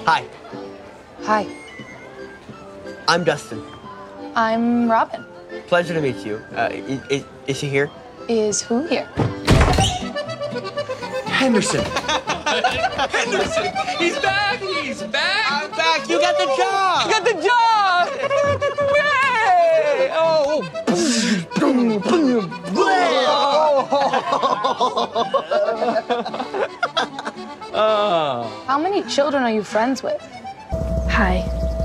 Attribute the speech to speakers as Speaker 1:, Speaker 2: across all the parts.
Speaker 1: Hi,
Speaker 2: Hi,
Speaker 1: I'm Dustin.
Speaker 2: I'm Robin.
Speaker 1: Pleasure to meet you. Is she here?
Speaker 2: Is who here?
Speaker 1: Henderson.
Speaker 3: Henderson! He's back! He's back!
Speaker 1: I'm back. You got the job.
Speaker 3: You got the job! Yay! Oh!
Speaker 2: How many children are you friends with?
Speaker 4: Hi.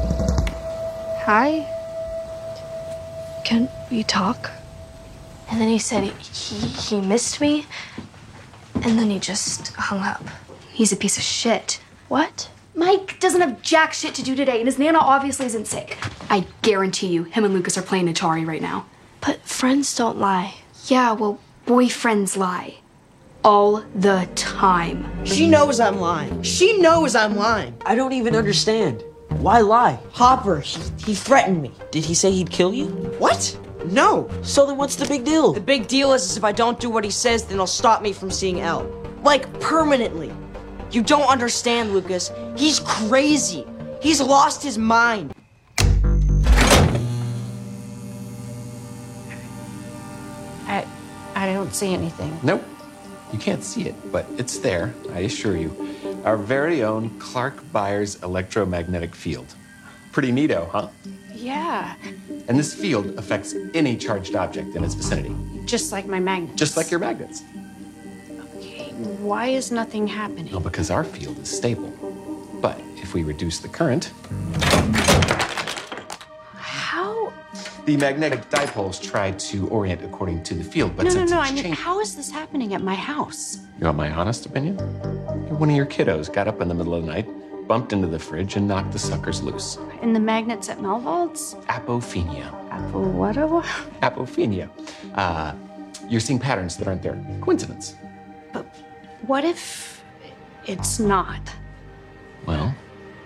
Speaker 4: Hi. Can we talk? And then he said he missed me, and then he just hung up. He's a piece of shit. What?
Speaker 5: Mike doesn't have jack shit to do today, and his Nana obviously isn't sick. I guarantee you, him and Lucas are playing Atari right now.
Speaker 4: But friends don't lie.
Speaker 5: Yeah, well, boyfriends lie. All the time.
Speaker 6: She knows I'm lying. She knows I'm lying.
Speaker 7: I don't even understand. Why lie?
Speaker 6: Hopper, he threatened me.
Speaker 7: Did he say he'd kill you?
Speaker 6: What? No.
Speaker 7: So then what's the big deal?
Speaker 6: The big deal is if I don't do what he says, then he'll stop me from seeing Elle. Like, permanently. You don't understand, Lucas. He's crazy. He's lost his mind.
Speaker 2: I don't see anything.
Speaker 3: Nope. You can't see it, but it's there, I assure you. Our very own Clark Byers electromagnetic field. Pretty neato, huh?
Speaker 2: Yeah,
Speaker 3: And this field affects any charged object in its vicinity,
Speaker 2: just like my magnet.
Speaker 3: just like your magnets.
Speaker 2: Okay, why is nothing happening?
Speaker 3: Well, because our field is stable. But if we reduce the current,
Speaker 2: How?
Speaker 3: the magnetic dipoles try to orient according to the field, but
Speaker 2: No,
Speaker 3: since it's
Speaker 2: I mean,
Speaker 3: changed...
Speaker 2: how is this happening at my house?
Speaker 3: You want my honest opinion? One of your kiddos got up in the middle of the night, bumped into the fridge, and knocked the suckers loose.
Speaker 2: And the magnets at Melvald's?
Speaker 3: Apophenia.
Speaker 2: Apple what?
Speaker 3: Apophenia. You're seeing patterns that aren't there. Coincidence.
Speaker 2: But what if it's not?
Speaker 3: Well,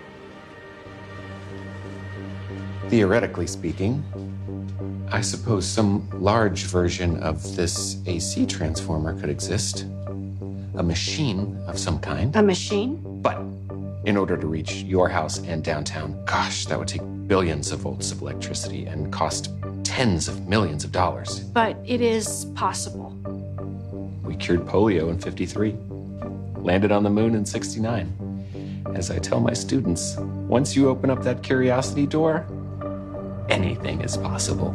Speaker 3: theoretically speaking, I suppose some large version of this AC transformer could exist. A machine of some kind.
Speaker 2: A machine?
Speaker 3: But in order to reach your house and downtown, gosh, that would take billions of volts of electricity and cost tens of millions of dollars.
Speaker 2: But it is possible.
Speaker 3: We cured polio in 53, landed on the moon in 69. As I tell my students, once you open up that curiosity door, anything is possible.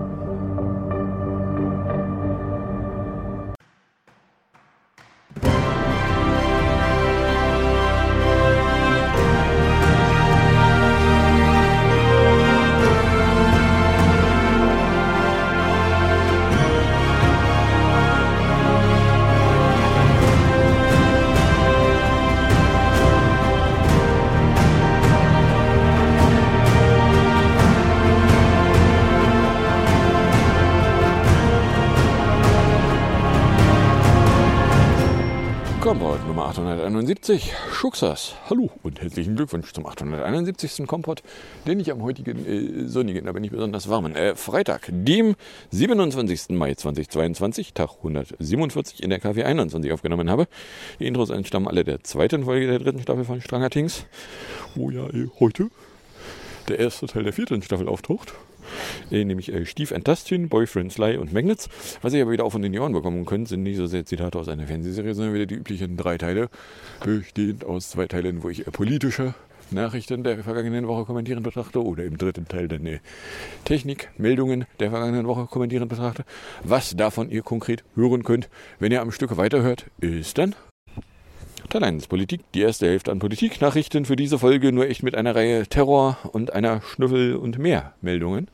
Speaker 8: Kompott Nummer 871, Schuxas. Hallo und herzlichen Glückwunsch zum 871. Kompott, den ich am heutigen sonnigen, aber nicht besonders warmen Freitag, dem 27. Mai 2022, Tag 147 in der KW 21 aufgenommen habe. Die Intros entstammen alle der zweiten Folge der dritten Staffel von Stranger Things, wo ja heute der erste Teil der vierten Staffel auftaucht. Nämlich Steve and Dustin, Boyfriend Sly und Magnets. Was ihr aber wieder auch von den Ohren bekommen könnt, sind nicht so sehr Zitate aus einer Fernsehserie, sondern wieder die üblichen 3 Teile, bestehend aus 2 Teilen, wo ich politische Nachrichten der vergangenen Woche kommentieren betrachte oder im dritten Teil dann Technikmeldungen der vergangenen Woche kommentieren betrachte. Was davon ihr konkret hören könnt, wenn ihr am Stück weiterhört, ist dann Teil 1 Politik, die erste Hälfte an Politiknachrichten für diese Folge, nur echt mit einer Reihe Terror und einer Schnüffel und mehr Meldungen.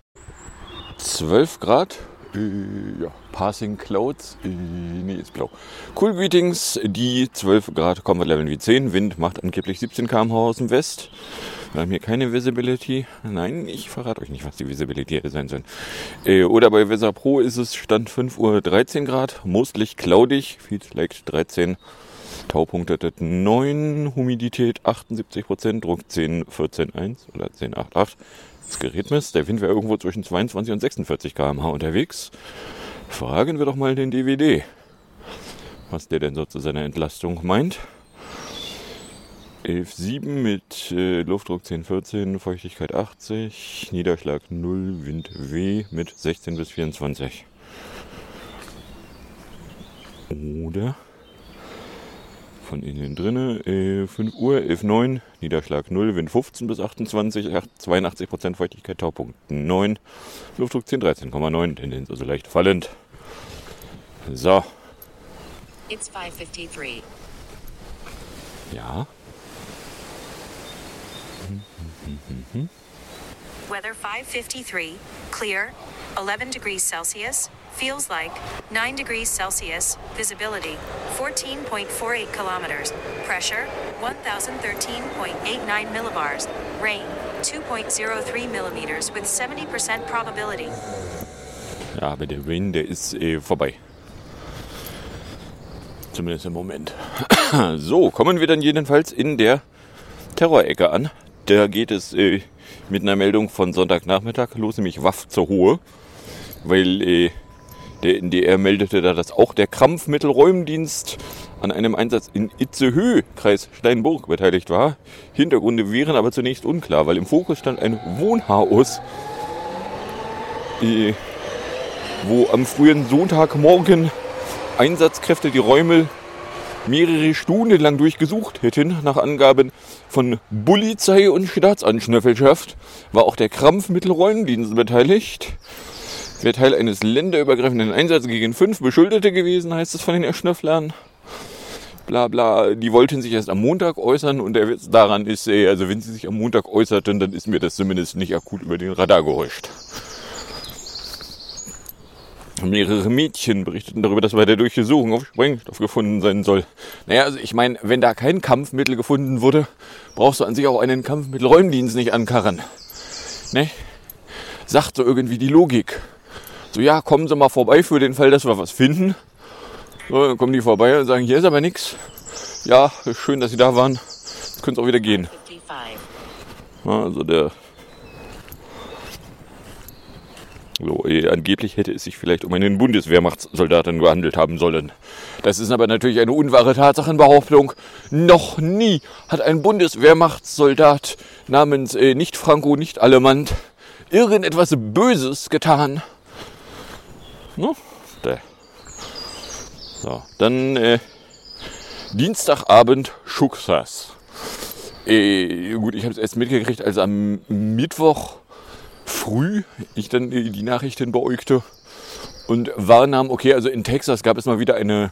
Speaker 8: 12 Grad, ja, Passing Clouds, nee, ist blau. Cool Greetings, die 12 Grad, Comfort Level wie 10, Wind macht angeblich 17 km/h aus dem West. Wir haben hier keine Visibility. Nein, ich verrate euch nicht, was die Visibility hätte sein sollen. Oder bei Weather Pro ist es Stand 5 Uhr 13 Grad, mostlich cloudig, Feed like 13, Taupunkte 9, Humidität 78%, Druck 10,14,1 oder 10,88. Das Gerät misst, der Wind wäre irgendwo zwischen 22 und 46 km/h unterwegs. Fragen wir doch mal den DVD, was der denn so zu seiner Entlastung meint. 11,7 mit Luftdruck 10,14, Feuchtigkeit 80, Niederschlag 0, Wind W mit 16 bis 24. Oder von innen drinne 5 Uhr, 11,9, Niederschlag 0, Wind 15 bis 28, 82% Feuchtigkeit, Taupunkt 9, Luftdruck 10, 13,9, Tendenz also leicht fallend. So.
Speaker 9: It's 5:53.
Speaker 8: Ja.
Speaker 9: Weather 5:53. Clear. 11 degrees Celsius. Feels like 9 degrees Celsius. Visibility 14.48 kilometers. Pressure 1013.89 millibars. Rain 2.03 millimeters with 70% probability.
Speaker 8: Ja, aber der Rain, der ist vorbei. Zumindest im Moment. So, kommen wir dann jedenfalls in der Terrorecke an. Da geht es mit einer Meldung von Sonntagnachmittag los, nämlich Waff zur Hohe. Weil der NDR meldete da, dass auch der Krampfmittelräumdienst an einem Einsatz in Itzehö, Kreis Steinburg, beteiligt war. Hintergründe wären aber zunächst unklar, weil im Fokus stand ein Wohnhaus, wo am frühen Sonntagmorgen Einsatzkräfte die Räume mehrere Stunden lang durchgesucht hätten. Nach Angaben von Polizei und Staatsanschnüffelschaft war auch der Krampfmittelräumdienst beteiligt. Wäre Teil eines länderübergreifenden Einsatzes gegen 5 Beschuldete gewesen, heißt es von den Erschnöfflern. Bla bla, die wollten sich erst am Montag äußern und der Witz daran ist, also wenn sie sich am Montag äußerten, dann ist mir das zumindest nicht akut über den Radar gehuscht. Mehrere Mädchen berichteten darüber, dass bei der Durchsuchung auf Sprengstoff gefunden sein soll. Naja, also ich meine, wenn da kein Kampfmittel gefunden wurde, brauchst du an sich auch einen Kampfmittelräumdienst nicht ankarren. Ne? Sagt so irgendwie die Logik. So, ja, kommen Sie mal vorbei für den Fall, dass wir was finden. So, dann kommen die vorbei und sagen, hier ist aber nichts. Ja, schön, dass Sie da waren. Jetzt können Sie auch wieder gehen. Also angeblich hätte es sich vielleicht um einen Bundeswehrmachtssoldaten gehandelt haben sollen. Das ist aber natürlich eine unwahre Tatsachenbehauptung. Noch nie hat ein Bundeswehrmachtssoldat namens nicht Franco, nicht Allemand irgendetwas Böses getan. No? So, dann Dienstagabend Schuksas. Gut, ich habe es erst mitgekriegt, als am Mittwoch früh ich dann die Nachrichten beäugte und wahrnahm, okay, also in Texas gab es mal wieder eine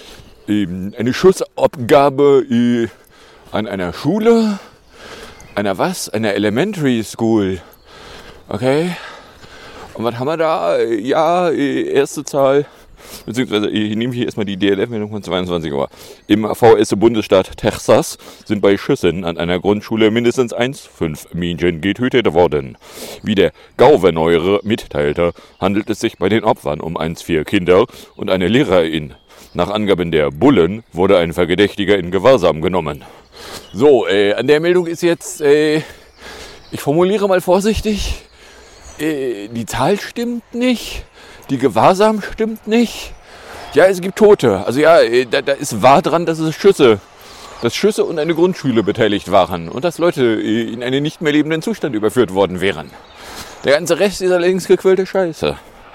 Speaker 8: Schussabgabe an einer Schule, einer Elementary School, okay, und was haben wir da? Ja, erste Zahl, beziehungsweise ich nehme hier erstmal die DLF-Meldung von 22 Uhr. Im VS-Bundesstaat Texas sind bei Schüssen an einer Grundschule mindestens 5 Mädchen getötet worden. Wie der Gouverneur mitteilte, handelt es sich bei den Opfern um 4 Kinder und eine Lehrerin. Nach Angaben der Bullen wurde ein Verdächtiger in Gewahrsam genommen. So, an der Meldung ist jetzt, ich formuliere mal vorsichtig, die Zahl stimmt nicht. Die Gewahrsam stimmt nicht. Ja, es gibt Tote. Also ja, da ist wahr dran, dass Schüsse und eine Grundschule beteiligt waren und dass Leute in einen nicht mehr lebenden Zustand überführt worden wären. Der ganze Rest ist allerdings gequälte Scheiße.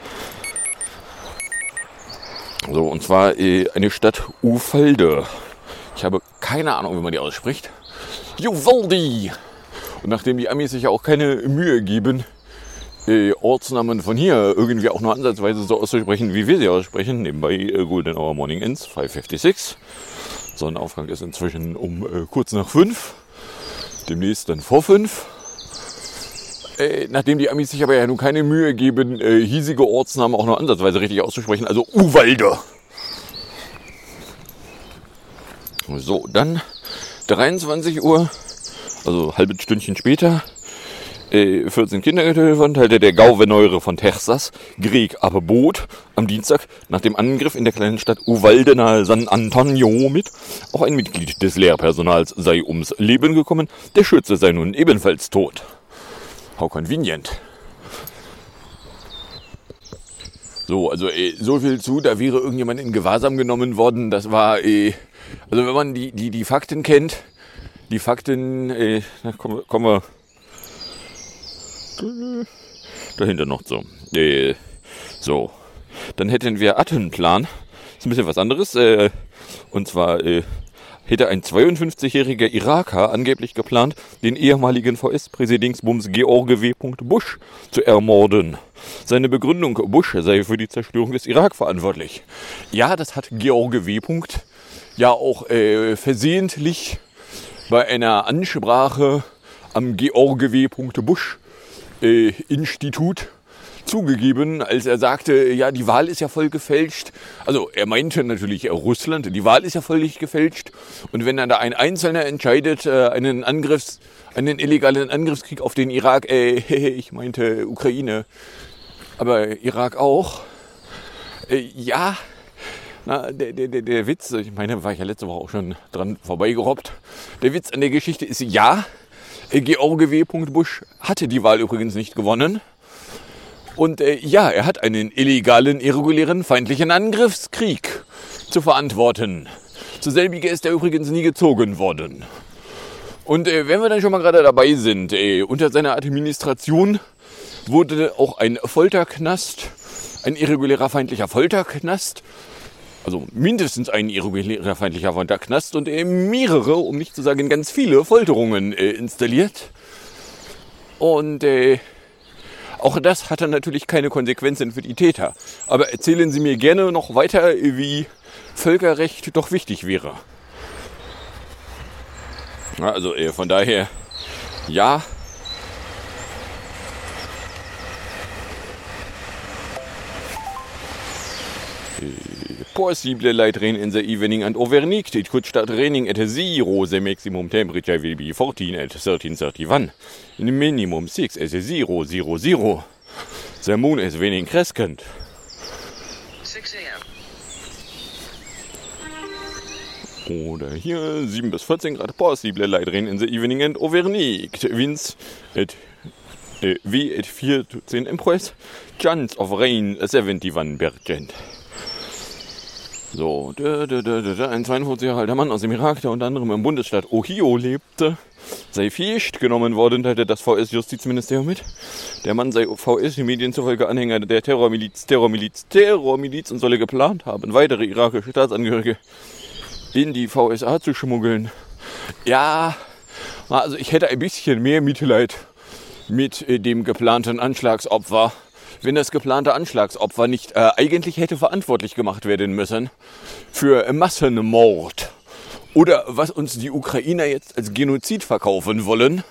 Speaker 8: So, und zwar eine Stadt Uvalde. Ich habe keine Ahnung, wie man die ausspricht. Uvalde! Und nachdem die Amis sich ja auch keine Mühe geben, Ortsnamen von hier irgendwie auch nur ansatzweise so auszusprechen, wie wir sie aussprechen. Nebenbei Golden Hour Morning Ends, 5:56. Sonnenaufgang ist inzwischen um kurz nach 5. Demnächst dann vor 5. Nachdem die Amis sich aber ja nun keine Mühe geben, hiesige Ortsnamen auch nur ansatzweise richtig auszusprechen, also Uvalde. So, dann 23 Uhr, also halbes Stündchen später, 14 Kinder getötet worden, teilte der Gouverneur von Texas, Greg Abbott, am Dienstag nach dem Angriff in der kleinen Stadt Uvalde nahe San Antonio mit. Auch ein Mitglied des Lehrpersonals sei ums Leben gekommen. Der Schütze sei nun ebenfalls tot. How convenient. So, also so viel zu, da wäre irgendjemand in Gewahrsam genommen worden. Das war, also wenn man die Fakten kennt, die Fakten, kommen wir dahinter noch so. So, dann hätten wir Attenplan. Ist ein bisschen was anderes. Und zwar hätte ein 52-jähriger Iraker angeblich geplant, den ehemaligen VS-Präsidingsbums George W. Bush zu ermorden. Seine Begründung, Bush sei für die Zerstörung des Irak verantwortlich. Ja, das hat George W. ja auch versehentlich bei einer Ansprache am George W. Bush Institut zugegeben, als er sagte, ja, die Wahl ist ja voll gefälscht. Also er meinte natürlich Russland, die Wahl ist ja völlig gefälscht. Und wenn dann da ein Einzelner entscheidet, einen illegalen Angriffskrieg auf den Irak, ich meinte Ukraine, aber Irak auch. Ja, na, der Witz, ich meine, war ich ja letzte Woche auch schon dran vorbeigerobbt. Der Witz an der Geschichte ist, ja, George W. Bush hatte die Wahl übrigens nicht gewonnen. Und ja, er hat einen illegalen, irregulären, feindlichen Angriffskrieg zu verantworten. Zu selbiger ist er übrigens nie gezogen worden. Und wenn wir dann schon mal gerade dabei sind, unter seiner Administration wurde auch ein Folterknast, ein irregulärer, feindlicher Folterknast, also mindestens ein irregulärer, feindlicher Folterknast und mehrere, um nicht zu sagen ganz viele Folterungen installiert. Und auch das hatte natürlich keine Konsequenzen für die Täter. Aber erzählen Sie mir gerne noch weiter, wie Völkerrecht doch wichtig wäre. Also von daher, ja. Possible light rain in the evening and overnight. It could start raining at 0. The maximum temperature will be 14 at 13:31. The minimum 6 at 0:00. The moon is waning crescent. 6 a.m. Oder hier 7 bis 14 Grad. Possible light rain in the evening and overnight. Winds at W at 4 to 10 Empress. Chance of rain 71%. So, ein 52 Jahre alter Mann aus dem Irak, der unter anderem im Bundesstaat Ohio lebte, sei festgenommen worden, teilte das VS-Justizministerium mit. Der Mann sei VS-Medien zufolge Anhänger der Terrormiliz und solle geplant haben, weitere irakische Staatsangehörige in die VSA zu schmuggeln. Ja, also ich hätte ein bisschen mehr Mitleid mit dem geplanten Anschlagsopfer, wenn das geplante Anschlagsopfer nicht eigentlich hätte verantwortlich gemacht werden müssen für Massenmord. Oder was uns die Ukrainer jetzt als Genozid verkaufen wollen.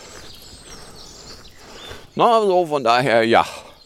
Speaker 8: Na, so von daher, ja.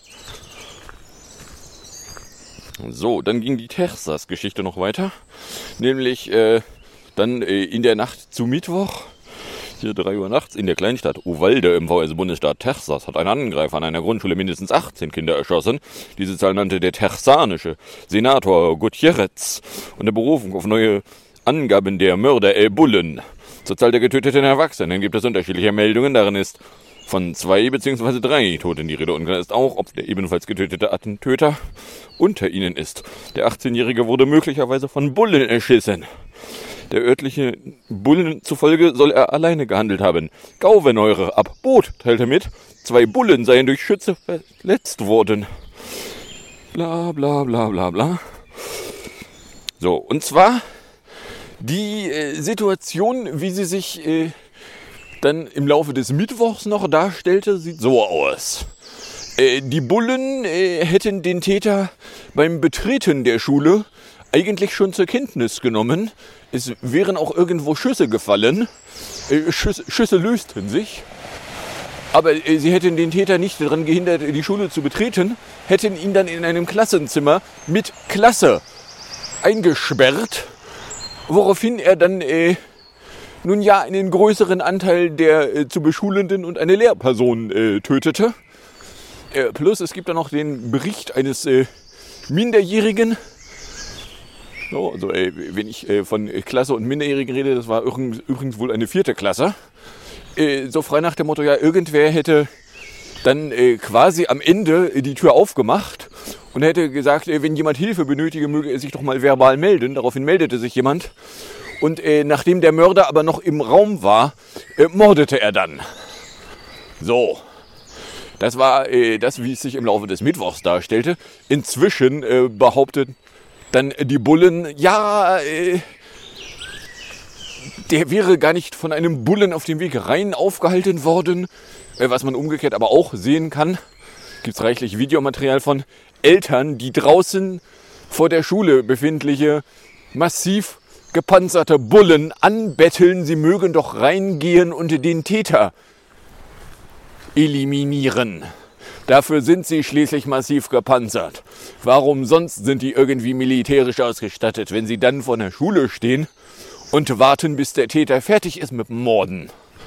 Speaker 8: So, dann ging die Texas-Geschichte noch weiter. Nämlich dann in der Nacht zu Mittwoch. Hier 3 Uhr nachts in der Kleinstadt Uvalde im VS-Bundesstaat Texas hat ein Angreifer an einer Grundschule mindestens 18 Kinder erschossen. Diese Zahl nannte der texanische Senator Gutierrez unter Berufung auf neue Angaben der Mörder Bullen. Zur Zahl der getöteten Erwachsenen gibt es unterschiedliche Meldungen. Darin ist von 2 bzw. 3 Toten die Rede. Unklar ist auch, ob der ebenfalls getötete Attentäter unter ihnen ist. Der 18-Jährige wurde möglicherweise von Bullen erschossen. Der örtliche Bullen zufolge soll er alleine gehandelt haben. Gauveneurer ab Boot teilte mit, 2 Bullen seien durch Schütze verletzt worden. Bla bla bla bla bla. So, und zwar die Situation, wie sie sich dann im Laufe des Mittwochs noch darstellte, sieht so aus. Die Bullen hätten den Täter beim Betreten der Schule eigentlich schon zur Kenntnis genommen. Es wären auch irgendwo Schüsse gefallen. Schüsse lösten sich. Aber sie hätten den Täter nicht daran gehindert, die Schule zu betreten, hätten ihn dann in einem Klassenzimmer mit Klasse eingesperrt, woraufhin er dann nun ja einen größeren Anteil der zu Beschulenden und eine Lehrperson tötete. Plus es gibt dann noch den Bericht eines Minderjährigen. So, also wenn ich von Klasse und Minderjährigen rede, das war übrigens wohl eine 4. Klasse. So frei nach dem Motto, ja, irgendwer hätte dann quasi am Ende die Tür aufgemacht und hätte gesagt, wenn jemand Hilfe benötige, möge er sich doch mal verbal melden. Daraufhin meldete sich jemand Und nachdem der Mörder aber noch im Raum war, mordete er dann. So, das war das, wie es sich im Laufe des Mittwochs darstellte. Inzwischen behaupten dann die Bullen, ja, der wäre gar nicht von einem Bullen auf dem Weg rein aufgehalten worden, was man umgekehrt aber auch sehen kann. Gibt es reichlich Videomaterial von Eltern, die draußen vor der Schule befindliche, massiv gepanzerte Bullen anbetteln, sie mögen doch reingehen und den Täter eliminieren. Dafür sind sie schließlich massiv gepanzert. Warum sonst sind die irgendwie militärisch ausgestattet, wenn sie dann vor der Schule stehen und warten, bis der Täter fertig ist mit dem Morden?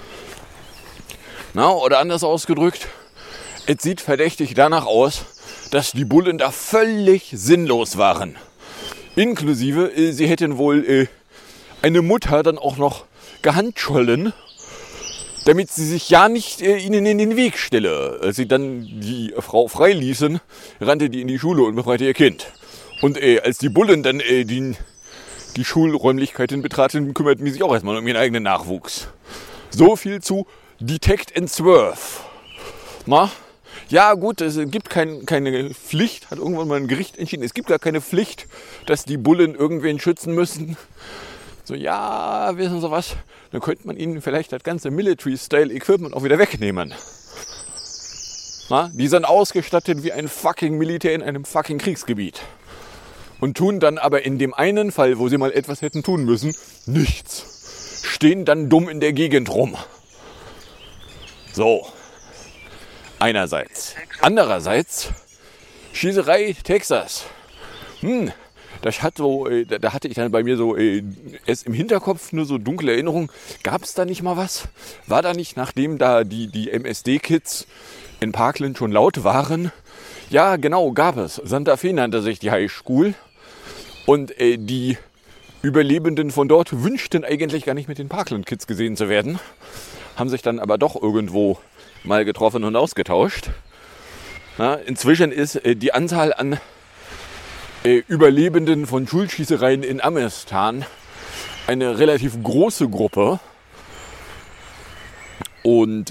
Speaker 8: Na, oder anders ausgedrückt, es sieht verdächtig danach aus, dass die Bullen da völlig sinnlos waren. Inklusive, sie hätten wohl eine Mutter dann auch noch gehandschollen, damit sie sich ja nicht ihnen in den Weg stelle. Als sie dann die Frau freiließen, rannte die in die Schule und befreite ihr Kind. Und als die Bullen dann die Schulräumlichkeiten betraten, kümmerten die sich auch erstmal um ihren eigenen Nachwuchs. So viel zu Detect and Swerve. Na? Ja gut, es gibt keine Pflicht, hat irgendwann mal ein Gericht entschieden, es gibt gar keine Pflicht, dass die Bullen irgendwen schützen müssen. So, ja, wissen Sie was, dann könnte man ihnen vielleicht das ganze Military-Style-Equipment auch wieder wegnehmen. Na? Die sind ausgestattet wie ein fucking Militär in einem fucking Kriegsgebiet. Und tun dann aber in dem einen Fall, wo sie mal etwas hätten tun müssen, nichts. Stehen dann dumm in der Gegend rum. So. Einerseits. Andererseits, Schießerei Texas. Da hatte ich dann bei mir so es im Hinterkopf nur so dunkle Erinnerungen. Gab es da nicht mal was? War da nicht, nachdem da die MSD-Kids in Parkland schon laut waren? Ja, genau, gab es. Santa Fe nannte sich die High School. Und die Überlebenden von dort wünschten eigentlich gar nicht mit den Parkland-Kids gesehen zu werden. Haben sich dann aber doch irgendwo mal getroffen und ausgetauscht. Na, inzwischen ist die Anzahl an Überlebenden von Schulschießereien in Amistan eine relativ große Gruppe. Und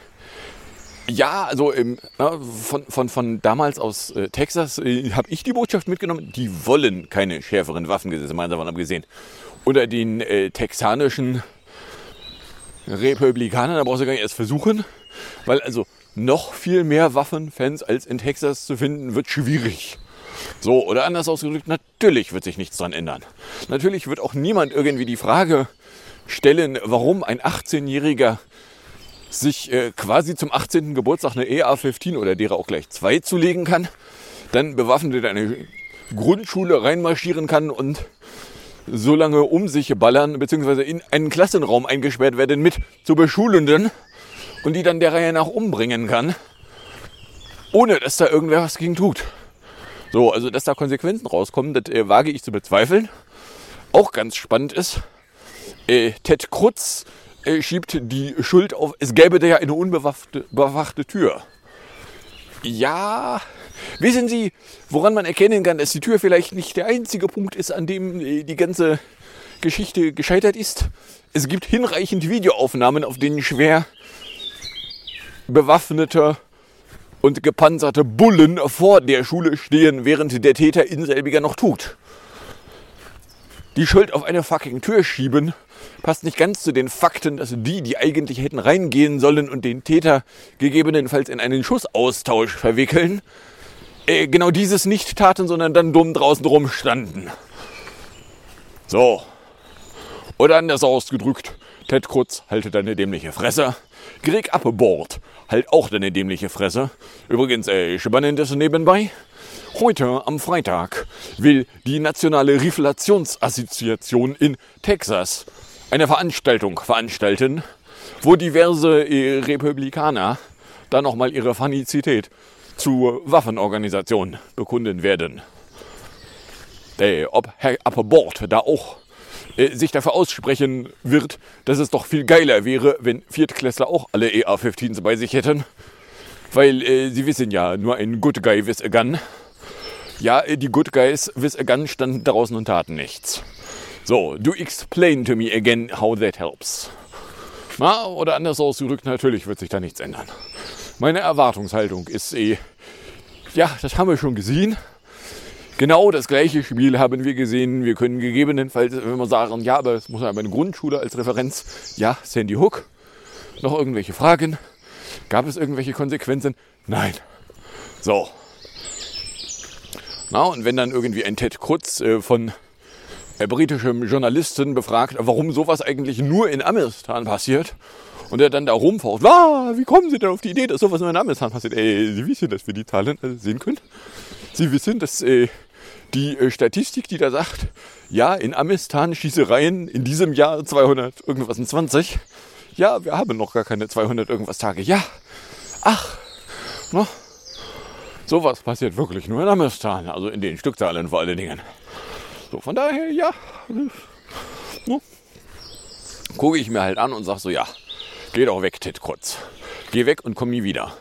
Speaker 8: ja, also von damals aus Texas habe ich die Botschaft mitgenommen, die wollen keine schärferen Waffengesetze, mal davon abgesehen. Unter den texanischen Republikanern, da brauchst du gar nicht erst versuchen, weil also noch viel mehr Waffenfans als in Texas zu finden, wird schwierig. So, oder anders ausgedrückt, natürlich wird sich nichts dran ändern. Natürlich wird auch niemand irgendwie die Frage stellen, warum ein 18-Jähriger sich quasi zum 18. Geburtstag eine AR-15 oder derer auch gleich 2 zulegen kann, dann bewaffnet in eine Grundschule reinmarschieren kann und so lange um sich ballern, beziehungsweise in einen Klassenraum eingesperrt werden mit zu Beschulenden und die dann der Reihe nach umbringen kann, ohne dass da irgendwer was gegen tut. So, also dass da Konsequenzen rauskommen, das wage ich zu bezweifeln. Auch ganz spannend ist, Ted Cruz schiebt die Schuld auf, es gäbe da ja eine unbewachte Tür. Ja, wissen Sie, woran man erkennen kann, dass die Tür vielleicht nicht der einzige Punkt ist, an dem die ganze Geschichte gescheitert ist? Es gibt hinreichend Videoaufnahmen, auf denen schwer bewaffnete und gepanzerte Bullen vor der Schule stehen, während der Täter in selbiger noch tut. Die Schuld auf eine fucking Tür schieben passt nicht ganz zu den Fakten, dass die eigentlich hätten reingehen sollen und den Täter gegebenenfalls in einen Schussaustausch verwickeln, genau dieses nicht taten, sondern dann dumm draußen rumstanden. So. Oder anders ausgedrückt, Ted Cruz, halte deine dämliche Fresse. Greg Appelbord, halt auch deine dämliche Fresse. Übrigens, spannendes nebenbei. Heute, am Freitag, will die Nationale Riflationsassoziation in Texas eine Veranstaltung veranstalten, wo diverse Republikaner dann nochmal ihre Fanizität zur Waffenorganisation bekunden werden. Ob Herr Appelbord da auch sich dafür aussprechen wird, dass es doch viel geiler wäre, wenn Viertklässler auch alle AR-15s bei sich hätten. Weil sie wissen ja, nur ein Good Guy with a Gun. Ja, die Good Guys with a Gun standen draußen und taten nichts. So, do explain to me again how that helps. Na, oder anders ausgedrückt, natürlich wird sich da nichts ändern. Meine Erwartungshaltung ist ja, das haben wir schon gesehen. Genau das gleiche Spiel haben wir gesehen. Wir können gegebenenfalls, wenn wir sagen, ja, aber es muss ja eine Grundschule als Referenz. Ja, Sandy Hook. Noch irgendwelche Fragen? Gab es irgendwelche Konsequenzen? Nein. So. Na, und wenn dann irgendwie ein Ted Cruz von britischem Journalisten befragt, warum sowas eigentlich nur in Amistan passiert, und er dann da rumfaucht, wie kommen Sie denn auf die Idee, dass sowas nur in Amistan passiert? Sie wissen, dass wir die Zahlen sehen können. Sie wissen, dass die Statistik, die da sagt, ja, in Amistan Schießereien in diesem Jahr 200 irgendwas und 20. Ja, wir haben noch gar keine 200 irgendwas Tage. Ja, ach, no. Sowas passiert wirklich nur in Amistan, also in den Stückzahlen vor allen Dingen. So, von daher, ja, no. Gucke ich mir halt an und sage so, ja, geh doch weg, Ted Cruz. Geh weg und komm nie wieder.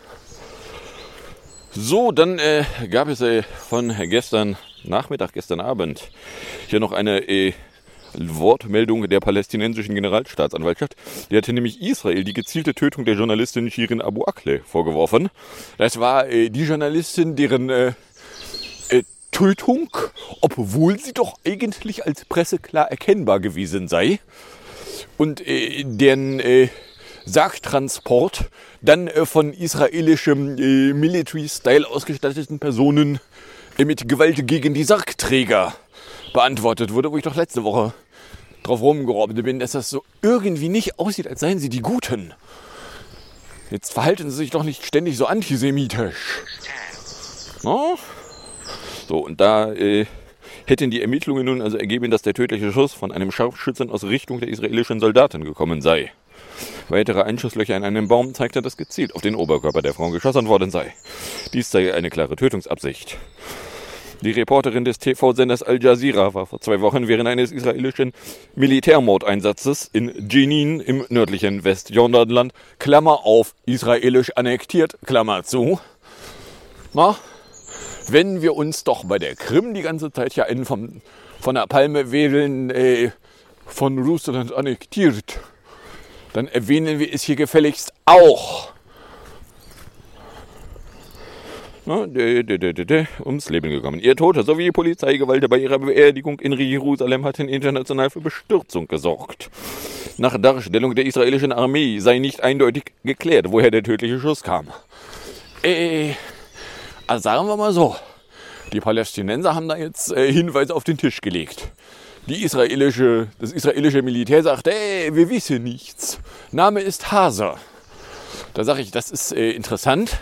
Speaker 8: So, dann gab es von gestern Nachmittag, gestern Abend hier noch eine Wortmeldung der palästinensischen Generalstaatsanwaltschaft. Die hatte nämlich Israel die gezielte Tötung der Journalistin Shirin Abu Akleh vorgeworfen. Das war die Journalistin, deren Tötung, obwohl sie doch eigentlich als Presse klar erkennbar gewesen sei, und deren Sargtransport dann von israelischem Military-Style ausgestatteten Personen mit Gewalt gegen die Sargträger beantwortet wurde, wo ich doch letzte Woche drauf rumgerobbt bin, dass das so irgendwie nicht aussieht, als seien sie die Guten. Jetzt verhalten sie sich doch nicht ständig so antisemitisch. No? So, und da hätten die Ermittlungen nun also ergeben, dass der tödliche Schuss von einem Scharfschützen aus Richtung der israelischen Soldaten gekommen sei. Weitere Einschusslöcher in einem Baum zeigten, dass gezielt auf den Oberkörper der Frau geschossen worden sei. Dies sei eine klare Tötungsabsicht. Die Reporterin des TV-Senders Al Jazeera war vor 2 Wochen während eines israelischen Militärmordeinsatzes in Jenin im nördlichen Westjordanland, Klammer auf, israelisch annektiert, Klammer zu. Na, wenn wir uns doch bei der Krim die ganze Zeit ja von der Palme wedeln, von Russland annektiert, dann erwähnen wir es hier gefälligst auch. Ums Leben gekommen. Ihr Tod sowie Polizeigewalt bei ihrer Beerdigung in Jerusalem hatten international für Bestürzung gesorgt. Nach Darstellung der israelischen Armee sei nicht eindeutig geklärt, woher der tödliche Schuss kam. Also sagen wir mal so, die Palästinenser haben da jetzt Hinweise auf den Tisch gelegt. Das israelische Militär sagt, wir wissen nichts. Name ist Hase. Da sage ich, das ist interessant.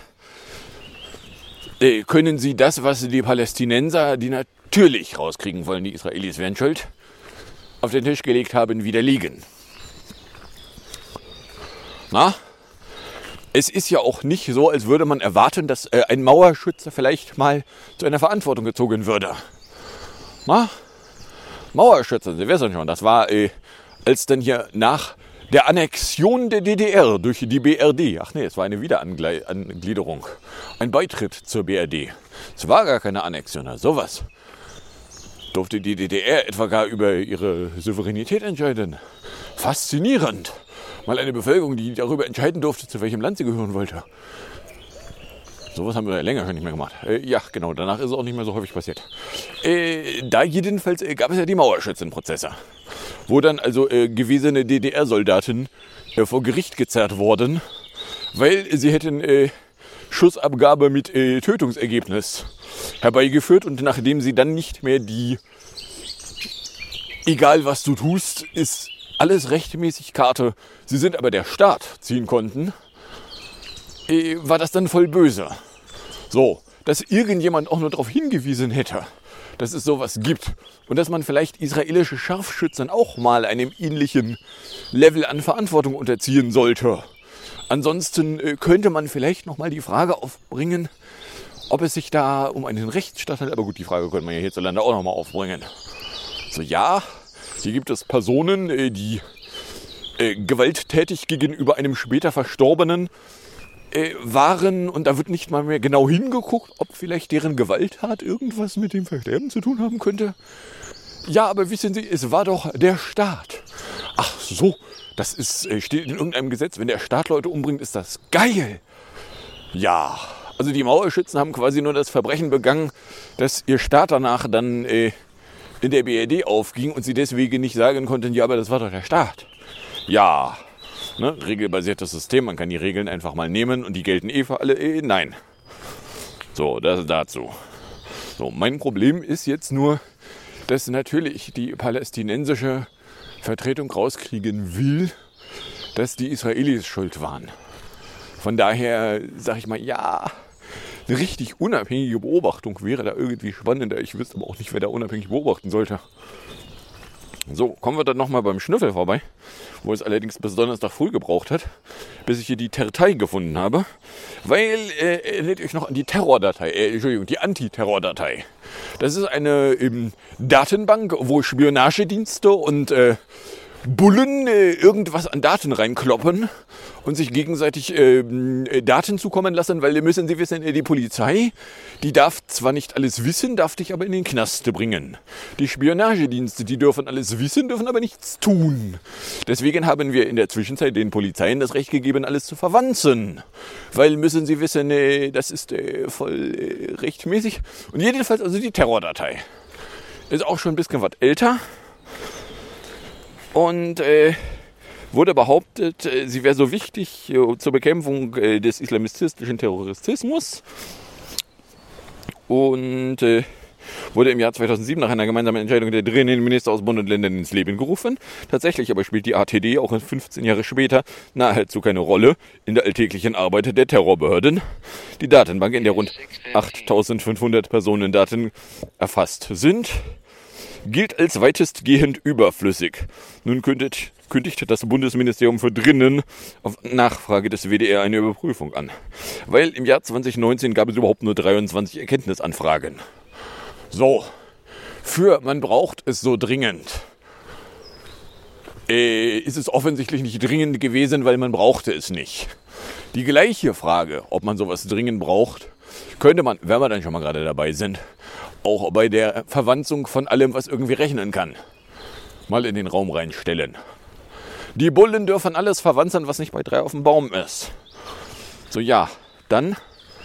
Speaker 8: Können Sie das, was die Palästinenser, die natürlich rauskriegen wollen, die Israelis wären schuld, auf den Tisch gelegt haben, widerlegen? Na? Es ist ja auch nicht so, als würde man erwarten, dass ein Mauerschütze vielleicht mal zu einer Verantwortung gezogen würde. Na? Mauerschütze, Sie wissen schon, das war, als dann hier nach der Annexion der DDR durch die BRD, ach nee, es war eine Wiederangliederung, ein Beitritt zur BRD. Es war gar keine Annexion, sowas. Durfte die DDR etwa gar über ihre Souveränität entscheiden. Faszinierend. Mal eine Bevölkerung, die darüber entscheiden durfte, zu welchem Land sie gehören wollte. Sowas haben wir ja länger schon nicht mehr gemacht. Ja, genau, danach ist es auch nicht mehr so häufig passiert. Da jedenfalls gab es ja die Mauerschützenprozesse, wo dann also gewesene DDR-Soldaten vor Gericht gezerrt wurden, weil sie hätten Schussabgabe mit Tötungsergebnis herbeigeführt, und nachdem sie dann nicht mehr egal was du tust, ist alles rechtmäßig Karte, sie sind aber der Staat ziehen konnten, war das dann voll böse. So, dass irgendjemand auch nur darauf hingewiesen hätte, dass es sowas gibt und dass man vielleicht israelische Scharfschützen auch mal einem ähnlichen Level an Verantwortung unterziehen sollte. Ansonsten könnte man vielleicht noch mal die Frage aufbringen, ob es sich da um einen Rechtsstaat handelt. Aber gut, die Frage könnte man ja hierzulande auch noch mal aufbringen. So, ja, hier gibt es Personen, die gewalttätig gegenüber einem später Verstorbenen waren, und da wird nicht mal mehr genau hingeguckt, ob vielleicht deren Gewalttat irgendwas mit dem Versterben zu tun haben könnte. Ja, aber wissen Sie, es war doch der Staat. Ach so, das steht in irgendeinem Gesetz. Wenn der Staat Leute umbringt, ist das geil. Ja, also die Mauerschützen haben quasi nur das Verbrechen begangen, dass ihr Staat danach dann in der BRD aufging und sie deswegen nicht sagen konnten, ja, aber das war doch der Staat. Ja, ne, regelbasiertes System, man kann die Regeln einfach mal nehmen und die gelten für alle. Nein. So, das dazu. So, mein Problem ist jetzt nur, dass natürlich die palästinensische Vertretung rauskriegen will, dass die Israelis schuld waren. Von daher sage ich mal, ja, eine richtig unabhängige Beobachtung wäre da irgendwie spannender. Ich wüsste aber auch nicht, wer da unabhängig beobachten sollte. So, kommen wir dann nochmal beim Schnüffel vorbei, wo es allerdings bis Donnerstag früh gebraucht hat, bis ich hier die Tertei gefunden habe. Weil, erinnert euch noch an die Terrordatei, die Antiterrordatei. Das ist eine Datenbank, wo Spionagedienste und Bullen irgendwas an Daten reinkloppen und sich gegenseitig Daten zukommen lassen, weil müssen Sie wissen, die Polizei, die darf zwar nicht alles wissen, darf dich aber in den Knast bringen. Die Spionagedienste, die dürfen alles wissen, dürfen aber nichts tun. Deswegen haben wir in der Zwischenzeit den Polizeien das Recht gegeben, alles zu verwanzen. Weil müssen Sie wissen, das ist voll rechtmäßig. Und jedenfalls also die Terrordatei. Ist auch schon ein bisschen was älter. Und wurde behauptet, sie wäre so wichtig zur Bekämpfung des islamistischen Terrorismus. Und wurde im Jahr 2007 nach einer gemeinsamen Entscheidung der drehenden Minister aus Bund und Ländern ins Leben gerufen. Tatsächlich aber spielt die ATD auch 15 Jahre später nahezu keine Rolle in der alltäglichen Arbeit der Terrorbehörden. Die Datenbank, in der rund 8.500 Personendaten erfasst sind, gilt als weitestgehend überflüssig. Nun kündigt das Bundesministerium für Drinnen auf Nachfrage des WDR eine Überprüfung an. Weil im Jahr 2019 gab es überhaupt nur 23 Erkenntnisanfragen. So, man braucht es so dringend. Ist es offensichtlich nicht dringend gewesen, weil man brauchte es nicht. Die gleiche Frage, ob man sowas dringend braucht, könnte man, wenn wir dann schon mal gerade dabei sind, auch bei der Verwanzung von allem, was irgendwie rechnen kann, mal in den Raum reinstellen. Die Bullen dürfen alles verwanzen, was nicht bei 3 auf dem Baum ist. So, ja, dann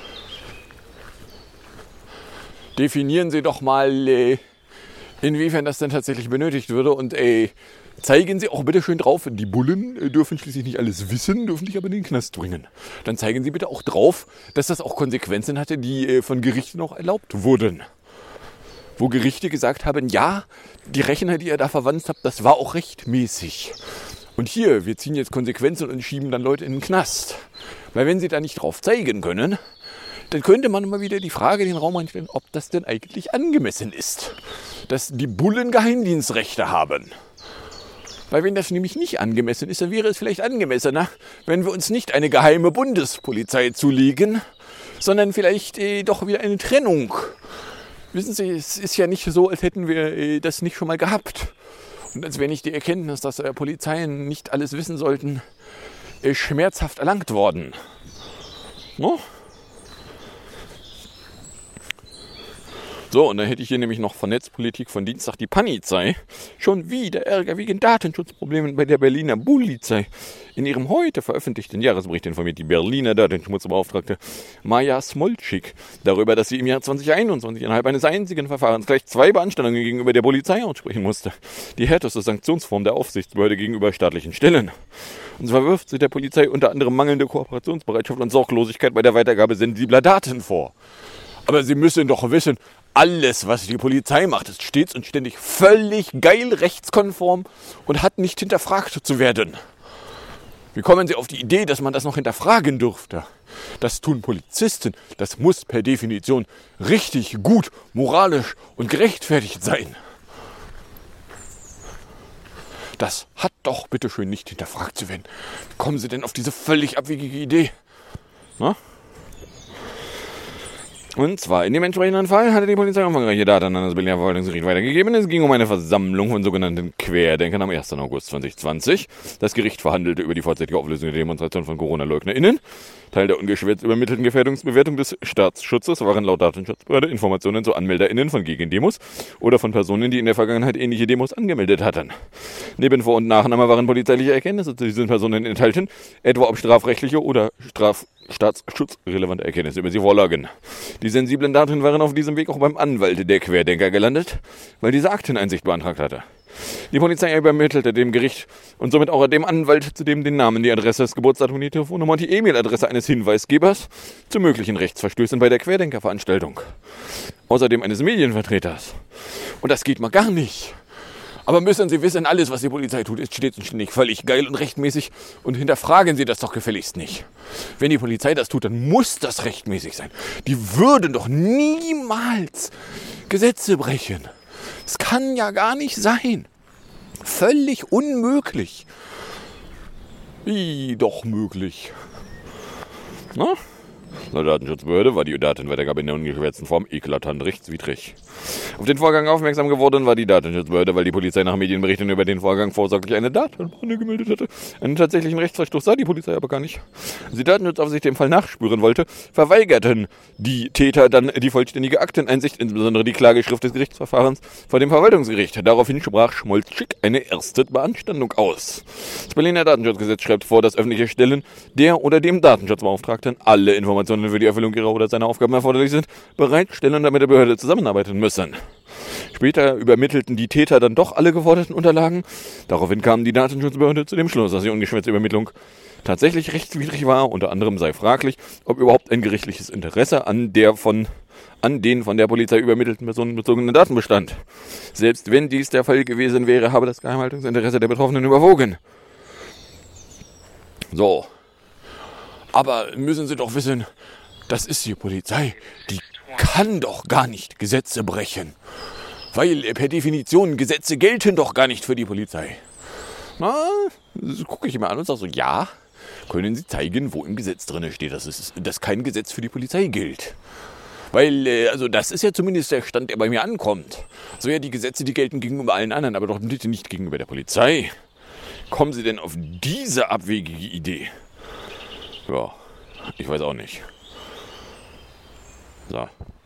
Speaker 8: definieren Sie doch mal, inwiefern das denn tatsächlich benötigt würde und zeigen Sie auch bitte schön drauf, die Bullen dürfen schließlich nicht alles wissen, dürfen dich aber in den Knast bringen. Dann zeigen Sie bitte auch drauf, dass das auch Konsequenzen hatte, die von Gerichten auch erlaubt wurden. Wo Gerichte gesagt haben, ja, die Rechner, die ihr da verwandt habt, das war auch rechtmäßig. Und hier, wir ziehen jetzt Konsequenzen und schieben dann Leute in den Knast. Weil wenn Sie da nicht drauf zeigen können, dann könnte man mal wieder die Frage in den Raum einstellen, ob das denn eigentlich angemessen ist. Dass die Bullen Geheimdienstrechte haben. Weil wenn das nämlich nicht angemessen ist, dann wäre es vielleicht angemessener, wenn wir uns nicht eine geheime Bundespolizei zulegen, sondern vielleicht doch wieder eine Trennung. Wissen Sie, es ist ja nicht so, als hätten wir das nicht schon mal gehabt. Und als wäre nicht die Erkenntnis, dass Polizeien nicht alles wissen sollten, schmerzhaft erlangt worden. No? So, und dann hätte ich hier nämlich noch von Netzpolitik von Dienstag die Panizei. Schon wieder Ärger wegen Datenschutzproblemen bei der Berliner Polizei. In ihrem heute veröffentlichten Jahresbericht informiert die Berliner Datenschutzbeauftragte Maja Smolczyk darüber, dass sie im Jahr 2021 innerhalb eines einzigen Verfahrens gleich 2 Beanstandungen gegenüber der Polizei aussprechen musste. Die härteste Sanktionsform der Aufsichtsbehörde gegenüber staatlichen Stellen. Und zwar wirft sie der Polizei unter anderem mangelnde Kooperationsbereitschaft und Sorglosigkeit bei der Weitergabe sensibler Daten vor. Aber Sie müssen doch wissen, alles, was die Polizei macht, ist stets und ständig völlig geil rechtskonform und hat nicht hinterfragt zu werden. Wie kommen Sie auf die Idee, dass man das noch hinterfragen dürfte? Das tun Polizisten. Das muss per Definition richtig gut, moralisch und gerechtfertigt sein. Das hat doch bitteschön nicht hinterfragt zu werden. Wie kommen Sie denn auf diese völlig abwegige Idee? Na? Und zwar in dem entsprechenden Fall hatte die Polizei umfangreiche Daten an das Berliner Verwaltungsgericht weitergegeben. Es ging um eine Versammlung von sogenannten Querdenkern am 1. August 2020. Das Gericht verhandelte über die vorzeitige Auflösung der Demonstration von Corona-LeugnerInnen. Teil der ungeschwärzt übermittelten Gefährdungsbewertung des Staatsschutzes waren laut Datenschutzbehörde Informationen zu AnmelderInnen von Gegendemos oder von Personen, die in der Vergangenheit ähnliche Demos angemeldet hatten. Neben Vor- und Nachname waren polizeiliche Erkenntnisse zu diesen Personen enthalten, etwa ob strafrechtliche oder staatsschutzrelevante Erkenntnisse über sie vorlagen. Die sensiblen Daten waren auf diesem Weg auch beim Anwalt der Querdenker gelandet, weil diese Akteneinsicht beantragt hatte. Die Polizei übermittelte dem Gericht und somit auch dem Anwalt zudem den Namen, die Adresse, das Geburtsdatum, die Telefonnummer und die E-Mail-Adresse eines Hinweisgebers zu möglichen Rechtsverstößen bei der Querdenkerveranstaltung. Außerdem eines Medienvertreters. Und das geht mal gar nicht. Aber müssen Sie wissen, alles, was die Polizei tut, ist stets und ständig völlig geil und rechtmäßig und hinterfragen Sie das doch gefälligst nicht. Wenn die Polizei das tut, dann muss das rechtmäßig sein. Die würden doch niemals Gesetze brechen. Das kann ja gar nicht sein. Völlig unmöglich. Wie doch möglich. Na? Laut Datenschutzbehörde war die Datenweitergabe in der ungeschwärzten Form eklatant rechtswidrig. Auf den Vorgang aufmerksam geworden war die Datenschutzbehörde, weil die Polizei nach Medienberichten über den Vorgang vorsorglich eine Datenpanne gemeldet hatte. Einen tatsächlichen Rechtsverstoß sah die Polizei aber gar nicht. Als die Datenschutzaufsicht dem Fall nachspüren wollte, verweigerten die Täter dann die vollständige Akteneinsicht, insbesondere die Klageschrift des Gerichtsverfahrens vor dem Verwaltungsgericht. Daraufhin sprach Schmolz-Schick eine erste Beanstandung aus. Das Berliner Datenschutzgesetz schreibt vor, dass öffentliche Stellen der oder dem Datenschutzbeauftragten alle Informationen für die Erfüllung ihrer oder seiner Aufgaben erforderlich sind, bereitstellen und damit der Behörde zusammenarbeiten müssen. Später übermittelten die Täter dann doch alle geforderten Unterlagen. Daraufhin kam die Datenschutzbehörde zu dem Schluss, dass die ungeschwärzte Übermittlung tatsächlich rechtswidrig war. Unter anderem sei fraglich, ob überhaupt ein gerichtliches Interesse an den von der Polizei übermittelten personenbezogenen Daten bestand. Selbst wenn dies der Fall gewesen wäre, habe das Geheimhaltungsinteresse der Betroffenen überwogen. So. Aber müssen Sie doch wissen, das ist die Polizei. Die kann doch gar nicht Gesetze brechen. Weil per Definition Gesetze gelten doch gar nicht für die Polizei. Na, gucke ich mir an und sage so, ja, können Sie zeigen, wo im Gesetz drin steht, dass kein Gesetz für die Polizei gilt. Weil, also das ist ja zumindest der Stand, der bei mir ankommt. So ja, die Gesetze, die gelten gegenüber allen anderen, aber doch bitte nicht gegenüber der Polizei. Kommen Sie denn auf diese abwegige Idee? Ja, ich weiß auch nicht. So.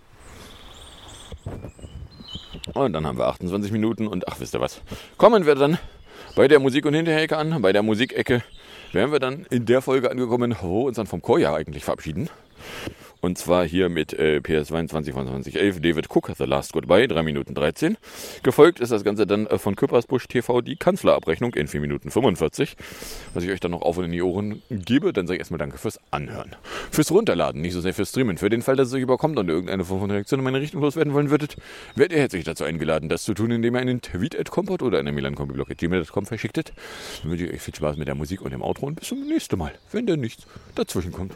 Speaker 8: Und dann haben wir 28 Minuten und ach, wisst ihr was? Kommen wir dann bei der Musik- und Hinterecke an. Bei der Musikecke wären wir dann in der Folge angekommen, wo wir uns dann vom Chorjahr eigentlich verabschieden. Und zwar hier mit PS 22 von 2011, David Cook, The Last Goodbye, 3 Minuten 13. Gefolgt ist das Ganze dann von Küppersbusch TV, die Kanzlerabrechnung in 4 Minuten 45. Was ich euch dann noch auf und in die Ohren gebe, dann sage ich erstmal danke fürs Anhören. Fürs Runterladen, nicht so sehr fürs Streamen. Für den Fall, dass es euch überkommt und irgendeine Form von Reaktion in meine Richtung loswerden wollen würdet, werdet ihr herzlich dazu eingeladen, das zu tun, indem ihr einen Tweet @compot oder eine milankombiblog@gmail.com verschicktet. Dann wünsche ich euch viel Spaß mit der Musik und dem Outro und bis zum nächsten Mal, wenn da nichts dazwischen kommt.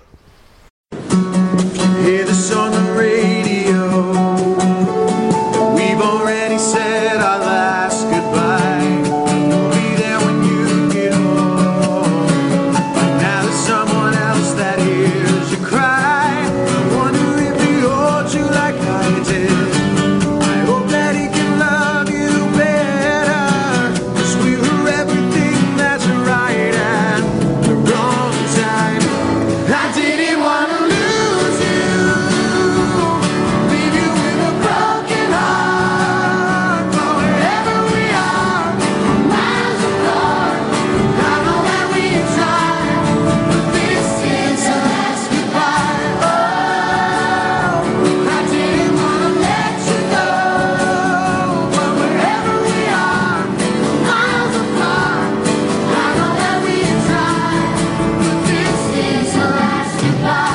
Speaker 10: Hear the song on radio. We've already said our last goodbye. We'll be there when you get home. But now there's someone else that hears you cry. I wonder if he holds you like I did. I hope that he can love you better. 'Cause we were everything that's right at the wrong time. I didn't want to lose you. Leave you with a broken heart. But wherever we are, miles apart. I know that we tried, but this is our last goodbye. Oh, I didn't want to let you go. But wherever we are, miles apart. I know that we tried, but this is our last goodbye.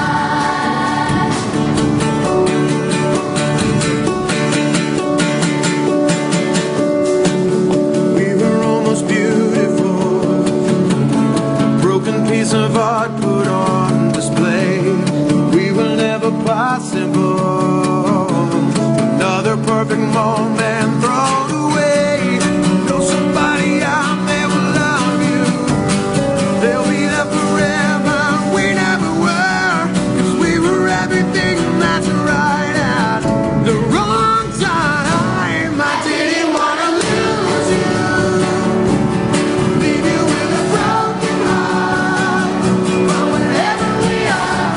Speaker 10: We were almost beautiful, broken piece of art put on display. We were never possible, another perfect moment thrown away. Know somebody out there will love you, they'll be there forever. We never were, 'cause we were everything that's right at the wrong time. I didn't want to lose you, leave you with a broken heart. But wherever we are,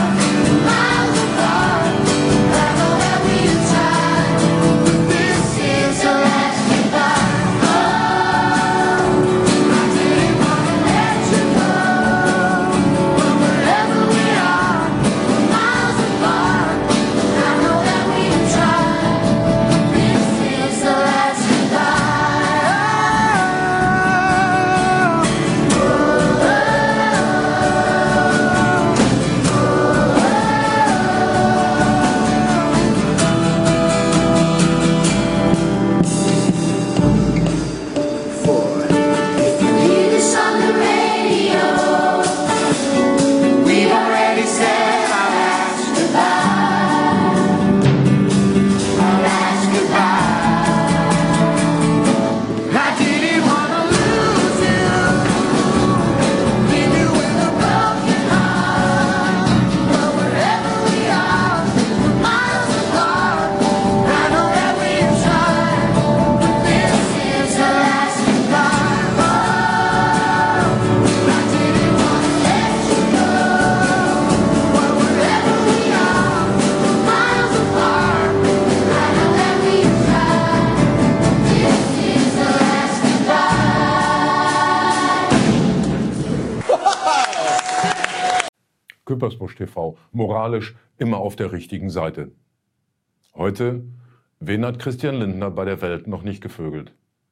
Speaker 11: Küppersbusch TV, moralisch immer auf der richtigen Seite. Heute, wen hat Christian Lindner bei der Welt noch nicht gevögelt?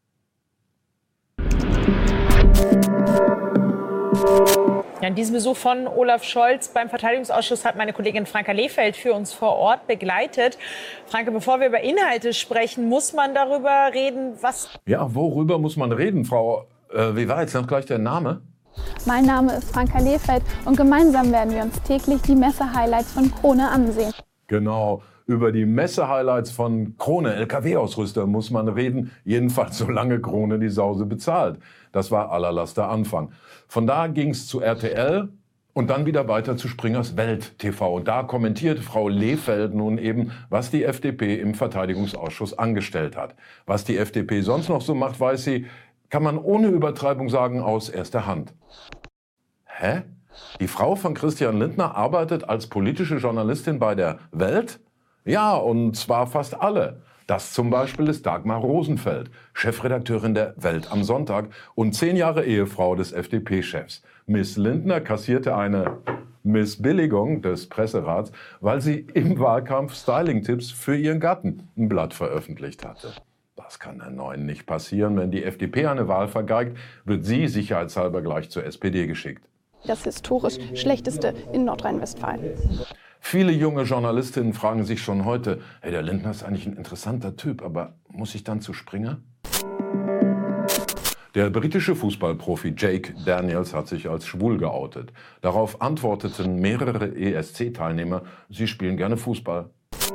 Speaker 12: Ja, diesen Besuch von Olaf Scholz beim Verteidigungsausschuss hat meine Kollegin Franka Lehfeld für uns vor Ort begleitet. Franka, bevor wir über Inhalte sprechen, muss man darüber reden, was...
Speaker 11: Ja, worüber muss man reden, Frau? Wie war jetzt noch gleich der Name?
Speaker 13: Mein Name ist Franka Lehfeld und gemeinsam werden wir uns täglich die Messe-Highlights von Krone ansehen.
Speaker 11: Genau, über die Messe-Highlights von Krone, LKW-Ausrüster, muss man reden. Jedenfalls solange Krone die Sause bezahlt. Das war allerletzter Anfang. Von da ging es zu RTL und dann wieder weiter zu Springers Welt TV. Und da kommentiert Frau Lehfeld nun eben, was die FDP im Verteidigungsausschuss angestellt hat. Was die FDP sonst noch so macht, weiß sie, kann man ohne Übertreibung sagen, aus erster Hand. Hä? Die Frau von Christian Lindner arbeitet als politische Journalistin bei der Welt? Ja, und zwar fast alle. Das zum Beispiel ist Dagmar Rosenfeld, Chefredakteurin der Welt am Sonntag und 10 Jahre Ehefrau des FDP-Chefs. Miss Lindner kassierte eine Missbilligung des Presserats, weil sie im Wahlkampf Styling-Tipps für ihren Gatten ein Blatt veröffentlicht hatte. Das kann der Neuen nicht passieren. Wenn die FDP eine Wahl vergeigt, wird sie sicherheitshalber gleich zur SPD geschickt.
Speaker 13: Das historisch schlechteste in Nordrhein-Westfalen.
Speaker 11: Viele junge Journalistinnen fragen sich schon heute, hey, der Lindner ist eigentlich ein interessanter Typ, aber muss ich dann zu Springer? Der britische Fußballprofi Jake Daniels hat sich als schwul geoutet. Darauf antworteten mehrere ESC-Teilnehmer, sie spielen gerne Fußball.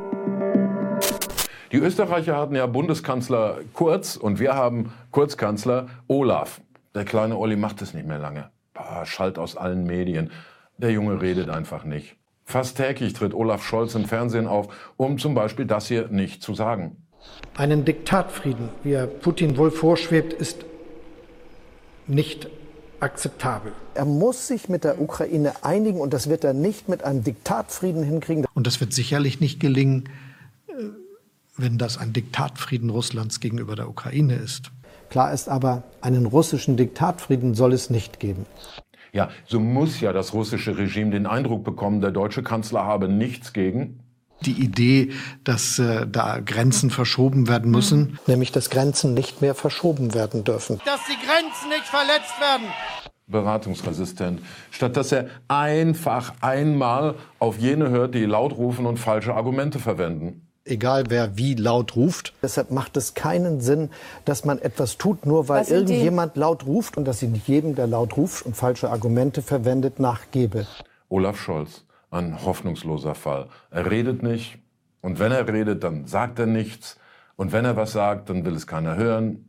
Speaker 11: Die Österreicher hatten ja Bundeskanzler Kurz und wir haben Kurzkanzler Olaf. Der kleine Olli macht es nicht mehr lange. Schalt aus allen Medien. Der Junge redet einfach nicht. Fast täglich tritt Olaf Scholz im Fernsehen auf, um zum Beispiel das hier nicht zu sagen.
Speaker 14: Einen Diktatfrieden, wie er Putin wohl vorschwebt, ist nicht akzeptabel.
Speaker 15: Er muss sich mit der Ukraine einigen und das wird er nicht mit einem Diktatfrieden hinkriegen.
Speaker 14: Und das wird sicherlich nicht gelingen, wenn das ein Diktatfrieden Russlands gegenüber der Ukraine ist.
Speaker 15: Klar ist aber, einen russischen Diktatfrieden soll es nicht geben.
Speaker 11: Ja, so muss ja das russische Regime den Eindruck bekommen, der deutsche Kanzler habe nichts gegen.
Speaker 14: Die Idee, dass da Grenzen verschoben werden müssen.
Speaker 15: Nämlich, dass Grenzen nicht mehr verschoben werden dürfen.
Speaker 14: Dass die Grenzen nicht verletzt werden.
Speaker 11: Beratungsresistent. Statt dass er einfach einmal auf jene hört, die laut rufen und falsche Argumente verwenden.
Speaker 15: Egal wer wie laut ruft. Deshalb macht es keinen Sinn, dass man etwas tut, nur weil irgendjemand laut ruft und dass ich nicht jedem, der laut ruft und falsche Argumente verwendet, nachgebe.
Speaker 11: Olaf Scholz, ein hoffnungsloser Fall. Er redet nicht und wenn er redet, dann sagt er nichts und wenn er was sagt, dann will es keiner hören.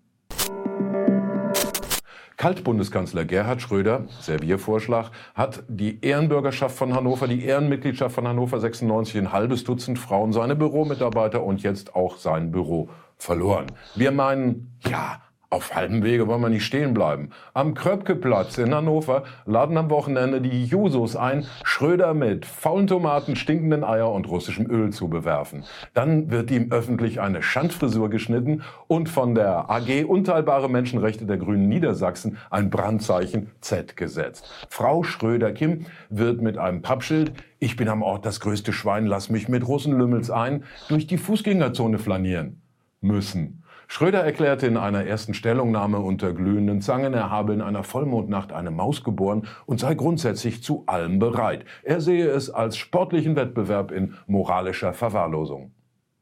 Speaker 11: Kaltbundeskanzler Gerhard Schröder, Serviervorschlag, hat die Ehrenbürgerschaft von Hannover, die Ehrenmitgliedschaft von Hannover 96, ein halbes Dutzend Frauen, seine Büromitarbeiter und jetzt auch sein Büro verloren. Wir meinen, ja, auf halbem Wege wollen wir nicht stehen bleiben. Am Kröpke-Platz in Hannover laden am Wochenende die Jusos ein, Schröder mit faulen Tomaten, stinkenden Eier und russischem Öl zu bewerfen. Dann wird ihm öffentlich eine Schandfrisur geschnitten und von der AG Unteilbare Menschenrechte der Grünen Niedersachsen ein Brandzeichen Z gesetzt. Frau Schröder-Kim wird mit einem Pappschild, ich bin am Ort das größte Schwein, lass mich mit Russenlümmels ein, durch die Fußgängerzone flanieren müssen. Schröder erklärte in einer ersten Stellungnahme unter glühenden Zangen, er habe in einer Vollmondnacht eine Maus geboren und sei grundsätzlich zu allem bereit. Er sehe es als sportlichen Wettbewerb in moralischer Verwahrlosung.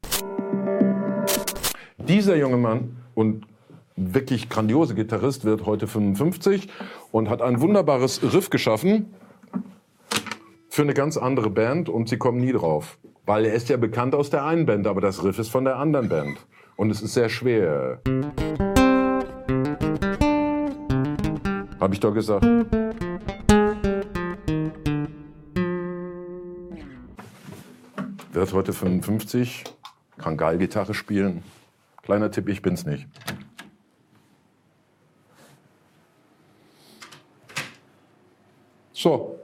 Speaker 11: Dieser junge Mann und wirklich grandiose Gitarrist wird heute 55 und hat ein wunderbares Riff geschaffen für eine ganz andere Band und sie kommen nie drauf. Weil er ist ja bekannt aus der einen Band, aber das Riff ist von der anderen Band. Und es ist sehr schwer. Hab ich doch gesagt. Wird heute 55, kann geil Gitarre spielen. Kleiner Tipp, ich bin's nicht. So.